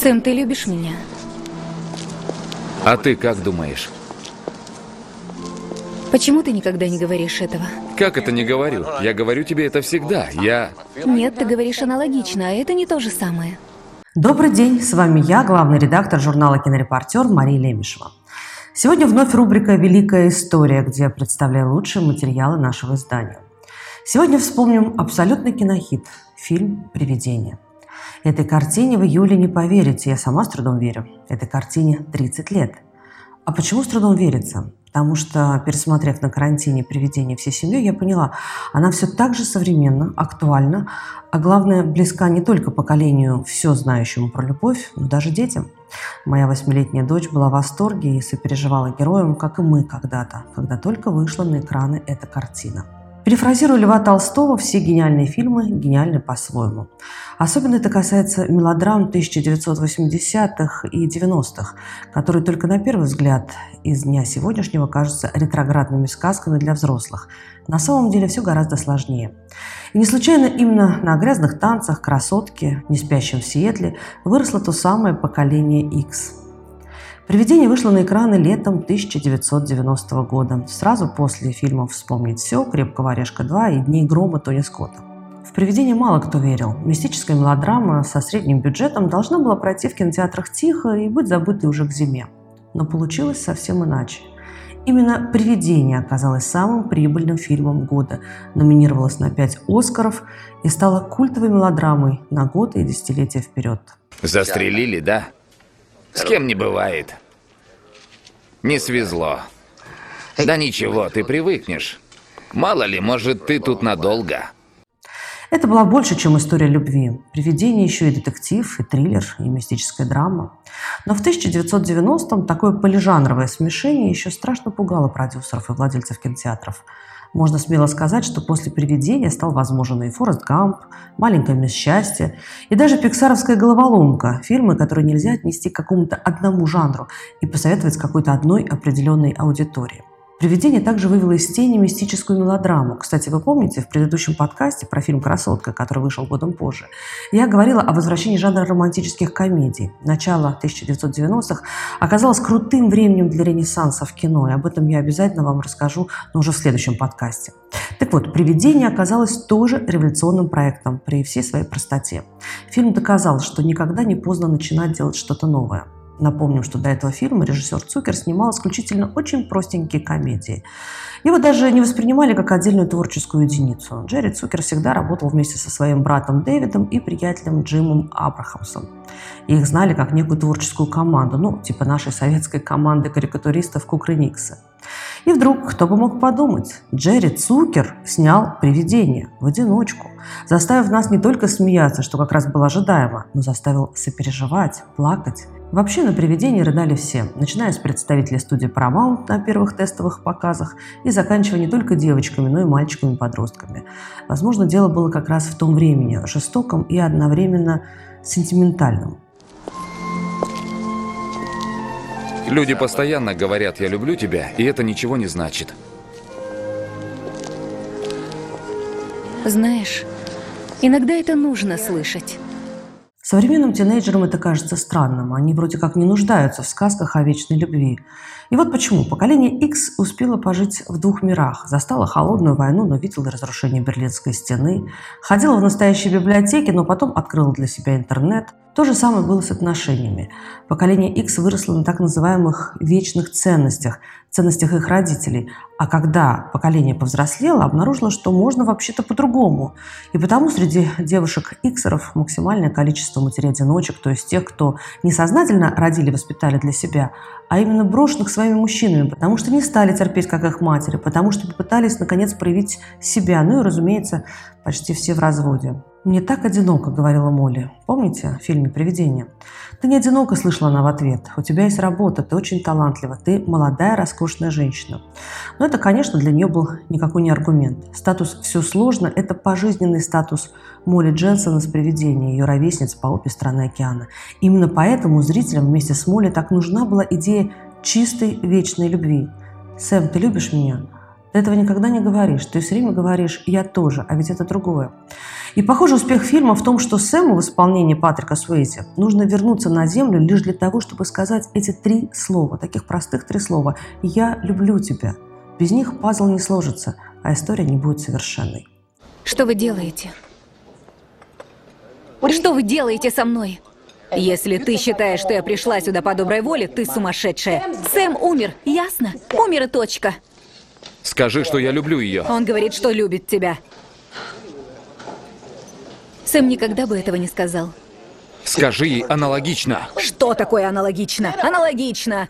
Сэм, ты любишь меня? А ты как думаешь? Почему ты никогда не говоришь этого? Как это не говорю? Я говорю тебе это всегда. Нет, ты говоришь аналогично, а это не то же самое. Добрый день, с вами я, главный редактор журнала «Кинорепортер» Мария Лемешева. Сегодня вновь рубрика «Великая история», где я представляю лучшие материалы нашего издания. Сегодня вспомним абсолютный кинохит – фильм «Привидение». Этой картине в июле не поверите, я сама с трудом верю. Этой картине 30 лет. А почему с трудом верится? Потому что, пересмотрев на карантине «Привидение» всей семьей, я поняла, она все так же современна, актуальна, а главное, близка не только поколению, все знающему про любовь, но даже детям. Моя 8-летняя дочь была в восторге и сопереживала героям, как и мы когда-то, когда только вышла на экраны эта картина. Перефразируя Льва Толстого, все гениальные фильмы гениальны по-своему. Особенно это касается мелодрам 1980-х и 90-х, которые только на первый взгляд из дня сегодняшнего кажутся ретроградными сказками для взрослых. На самом деле все гораздо сложнее. И не случайно именно на «Грязных танцах», «Красотке», «Не спящем в Сиэтле» выросло то самое поколение X. «Привидение» вышло на экраны летом 1990 года, сразу после фильмов «Вспомнить все», «Крепкого орешка 2» и «Дней грома» Тони Скотта. В «Привидение» мало кто верил. Мистическая мелодрама со средним бюджетом должна была пройти в кинотеатрах тихо и быть забытой уже к зиме. Но получилось совсем иначе. Именно «Привидение» оказалось самым прибыльным фильмом года, номинировалось на 5 «Оскаров» и стало культовой мелодрамой на годы и десятилетия вперед. Застрелили, да? С кем не бывает. Не свезло. Да ничего, ты привыкнешь. Мало ли, может, ты тут надолго. Это была больше, чем история любви. «Привидение» еще и детектив, и триллер, и мистическая драма. Но в 1990-м такое полижанровое смешение еще страшно пугало продюсеров и владельцев кинотеатров. Можно смело сказать, что после «Привидения» стал возможен и «Форест Гамп», «Маленькая мисс Счастье» и даже пиксаровская «Головоломка» – фильмы, которые нельзя отнести к какому-то одному жанру и посоветовать какой-то одной определенной аудитории. «Привидение» также вывело из тени мистическую мелодраму. Кстати, вы помните, в предыдущем подкасте про фильм «Красотка», который вышел годом позже, я говорила о возвращении жанра романтических комедий. Начало 1990-х оказалось крутым временем для ренессанса в кино, и об этом я обязательно вам расскажу, но уже в следующем подкасте. Так вот, «Привидение» оказалось тоже революционным проектом при всей своей простоте. Фильм доказал, что никогда не поздно начинать делать что-то новое. Напомним, что до этого фильма режиссер Цукер снимал исключительно очень простенькие комедии. Его даже не воспринимали как отдельную творческую единицу. Джерри Цукер всегда работал вместе со своим братом Дэвидом и приятелем Джимом Абрахамсом. И их знали как некую творческую команду, типа нашей советской команды карикатуристов Кукрыниксы. И вдруг, кто бы мог подумать, Джерри Цукер снял «Привидение» в одиночку, заставив нас не только смеяться, что как раз было ожидаемо, но заставил сопереживать, плакать. Вообще на «Привидении» рыдали все, начиная с представителей студии Paramount на первых тестовых показах и заканчивая не только девочками, но и мальчиками-подростками. Возможно, дело было как раз в том времени, жестоком и одновременно сентиментальном. Люди постоянно говорят «я люблю тебя», и это ничего не значит. Знаешь, иногда это нужно слышать. Современным тинейджерам это кажется странным. Они вроде как не нуждаются в сказках о вечной любви. И вот почему. Поколение X успело пожить в двух мирах. Застало холодную войну, но видело разрушение Берлинской стены. Ходило в настоящие библиотеки, но потом открыло для себя интернет. То же самое было с отношениями. Поколение X выросло на так называемых вечных ценностях их родителей. А когда поколение повзрослело, обнаружило, что можно вообще-то по-другому. И потому среди девушек-иксеров максимальное количество матерей-одиночек, то есть тех, кто не сознательно родили и воспитали для себя, а именно брошенных своими мужчинами, потому что не стали терпеть, как их матери, потому что попытались, наконец, проявить себя. Ну и, разумеется, почти все в разводе. «Мне так одиноко», — говорила Молли. Помните в фильме «Привидение»? «Ты не одиноко», — слышала она в ответ. «У тебя есть работа, ты очень талантлива, ты молодая, роскошная женщина». Но это, конечно, для нее был никакой не аргумент. Статус «все сложно» — это пожизненный статус Молли Дженсон из «Привидения», ее ровесниц по обе стороны океана. Именно поэтому зрителям вместе с Молли так нужна была идея чистой вечной любви. «Сэм, ты любишь меня?» Ты этого никогда не говоришь. Ты все время говоришь «я тоже», а ведь это другое. И, похоже, успех фильма в том, что Сэму в исполнении Патрика Суэйзи нужно вернуться на землю лишь для того, чтобы сказать эти 3 слова, таких простых 3 слова «я люблю тебя». Без них пазл не сложится, а история не будет совершенной. Что вы делаете? Что вы делаете со мной? Если ты считаешь, что я пришла сюда по доброй воле, ты сумасшедшая. Сэм умер, ясно? Умер и точка. Скажи, что я люблю ее. Он говорит, что любит тебя. Сэм никогда бы этого не сказал. Скажи ей аналогично. Что такое аналогично? Аналогично!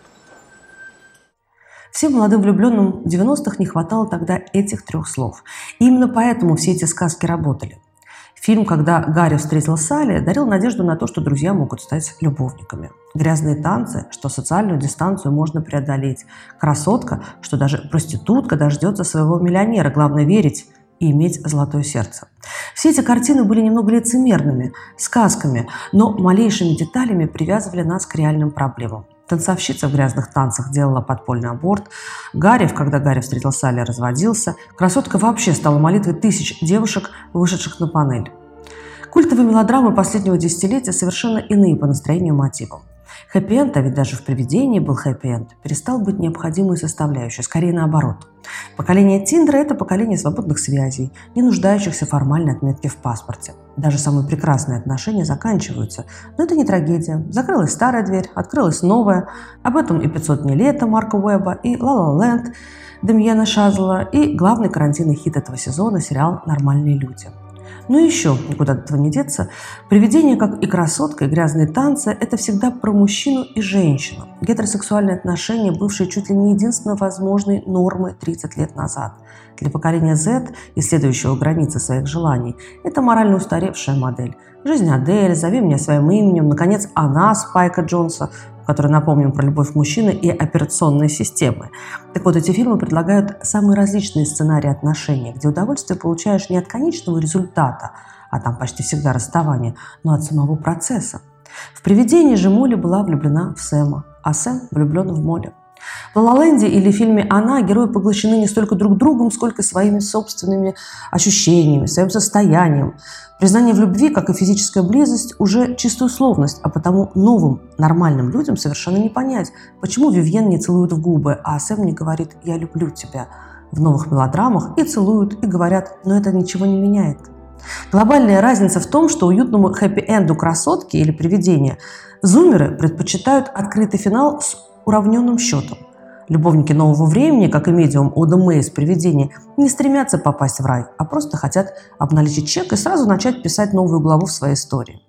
Всем молодым влюбленным 90-х не хватало тогда этих 3 слов. И именно поэтому все эти сказки работали. Фильм «Когда Гарри встретил Салли» дарил надежду на то, что друзья могут стать любовниками. «Грязные танцы», что социальную дистанцию можно преодолеть. «Красотка», что даже проститутка дождется своего миллионера. Главное верить и иметь золотое сердце. Все эти картины были немного лицемерными, сказками, но малейшими деталями привязывали нас к реальным проблемам. Танцовщица в «Грязных танцах» делала подпольный аборт. Гарри, когда Гарри встретил Салли, разводился. «Красотка» вообще стала молитвой тысяч девушек, вышедших на панель. Культовые мелодрамы последнего десятилетия совершенно иные по настроению и мотивам. Хэппи-энд, а ведь даже в «Привидении» был хэппи-энд, перестал быть необходимой составляющей, скорее наоборот. Поколение Тиндера – это поколение свободных связей, не нуждающихся в формальной отметке в паспорте. Даже самые прекрасные отношения заканчиваются. Но это не трагедия. Закрылась старая дверь, открылась новая. Об этом и «500 дней лета» Марка Уэбба, и «Ла Ла Ленд» Демьена Шазела, и главный карантинный хит этого сезона – сериал «Нормальные люди». Ну и еще, никуда от этого не деться, «Привидение», как и «Красотка», и «Грязные танцы» – это всегда про мужчину и женщину. Гетеросексуальные отношения, бывшие чуть ли не единственно возможной нормой 30 лет назад. Для поколения Z, исследующего границы своих желаний, это морально устаревшая модель. «Жизнь Адель», «Зови меня своим именем», наконец, «Она» Спайка Джонса, который, напомним, про любовь мужчины и операционные системы. Так вот, эти фильмы предлагают самые различные сценарии отношений, где удовольствие получаешь не от конечного результата, а там почти всегда расставание, но от самого процесса. В «Привидении» же Молли была влюблена в Сэма, а Сэм влюблен в Молли. В «Ла Ла Ленде» или фильме «Она» герои поглощены не столько друг другом, сколько своими собственными ощущениями, своим состоянием. Признание в любви, как и физическая близость, уже чистая условность, а потому новым, нормальным людям совершенно не понять, почему Вивьен не целует в губы, а Сэм не говорит «я люблю тебя». В новых мелодрамах и целуют, и говорят, но это ничего не меняет. Глобальная разница в том, что уютному хэппи-энду «Красотки» или «Привидения» зумеры предпочитают открытый финал с уравненным счетом. Любовники нового времени, как и медиум Ода Мэй из «Привидения», не стремятся попасть в рай, а просто хотят обналичить чек и сразу начать писать новую главу в своей истории.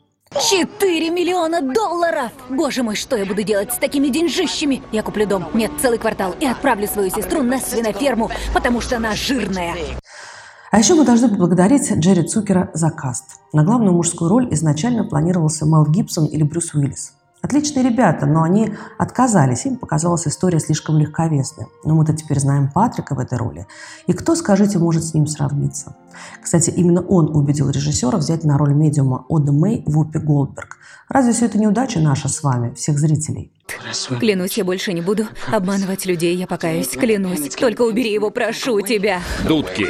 4 миллиона долларов! Боже мой, что я буду делать с такими деньжищами? Я куплю дом, нет, целый квартал, и отправлю свою сестру на свиноферму, потому что она жирная. А еще мы должны поблагодарить Джерри Цукера за каст. На главную мужскую роль изначально планировался Мел Гибсон или Брюс Уиллис. Отличные ребята, но они отказались, им показалась история слишком легковесной. Но мы-то теперь знаем Патрика в этой роли. И кто, скажите, может с ним сравниться? Кстати, именно он убедил режиссера взять на роль медиума Ода Мэй Вупи Голдберг. Разве все это неудача наша с вами, всех зрителей? Клянусь, я больше не буду обманывать людей, я покаюсь, клянусь. Только убери его, прошу тебя. Дудки.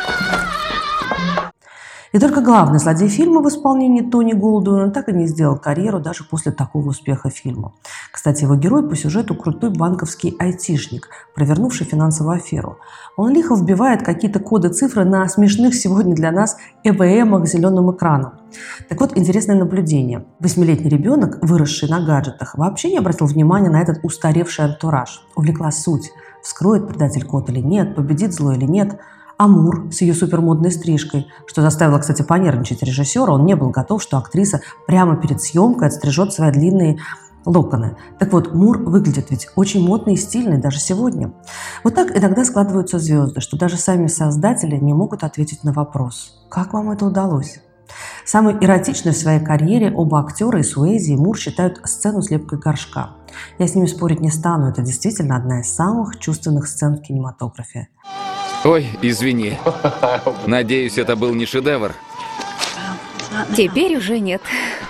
И только главный злодей фильма в исполнении Тони Голдуина так и не сделал карьеру даже после такого успеха фильма. Кстати, его герой по сюжету крутой банковский айтишник, провернувший финансовую аферу. Он лихо вбивает какие-то коды, цифры на смешных сегодня для нас ЭВМах с зеленым экраном. Так вот, интересное наблюдение. 8-летний ребенок, выросший на гаджетах, вообще не обратил внимания на этот устаревший антураж. Увлекла суть. Вскроет предатель код или нет, победит зло или нет. Амур с ее супермодной стрижкой, что заставило, кстати, понервничать режиссера. Он не был готов, что актриса прямо перед съемкой отстрижет свои длинные локоны. Так вот, Мур выглядит ведь очень модный и стильный даже сегодня. Вот так иногда складываются звезды, что даже сами создатели не могут ответить на вопрос: как вам это удалось? Самой эротичной в своей карьере оба актера, и Суэйзи, и Мур, считают сцену с лепкой горшка. Я с ними спорить не стану, это действительно одна из самых чувственных сцен в кинематографе. Ой, извини. Надеюсь, это был не шедевр. Теперь уже нет.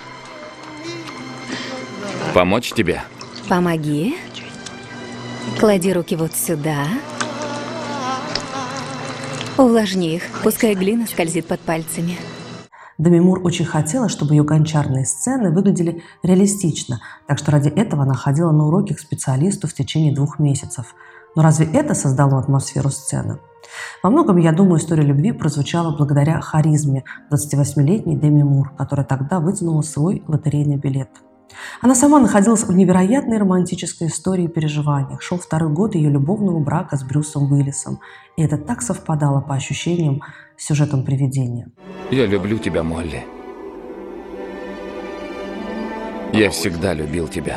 Помочь тебе? Помоги. Клади руки вот сюда. Увлажни их, пускай глина скользит под пальцами. Деми Мур очень хотела, чтобы ее гончарные сцены выглядели реалистично, так что ради этого она ходила на уроки к специалисту в течение 2 месяцев. Но разве это создало атмосферу сцены? Во многом, я думаю, история любви прозвучала благодаря харизме 28-летней Деми Мур, которая тогда вытянула свой лотерейный билет. Она сама находилась в невероятной романтической истории и переживаниях. Шел 2-й год ее любовного брака с Брюсом Уиллисом. И это так совпадало по ощущениям с сюжетом «Привидения». Я люблю тебя, Молли. Я всегда любил тебя.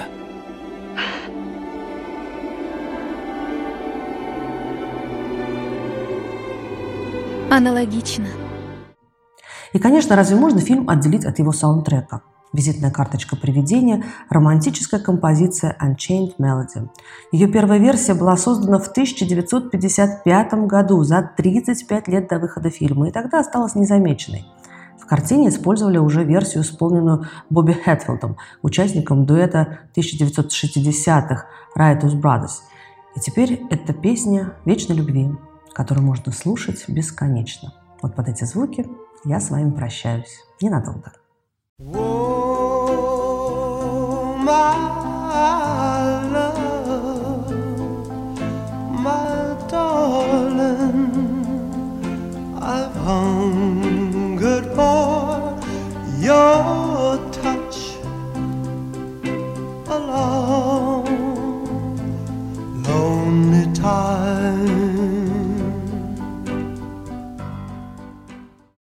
Аналогично. И, конечно, разве можно фильм отделить от его саундтрека? Визитная карточка «Привидения» – романтическая композиция Unchained Melody. Ее первая версия была создана в 1955 году, за 35 лет до выхода фильма, и тогда осталась незамеченной. В картине использовали уже версию, исполненную Бобби Хэтфилдом, участником дуэта 1960-х Righteous Brothers. И теперь это песня вечной любви, которую можно слушать бесконечно. Вот под эти звуки я с вами прощаюсь ненадолго. Oh, my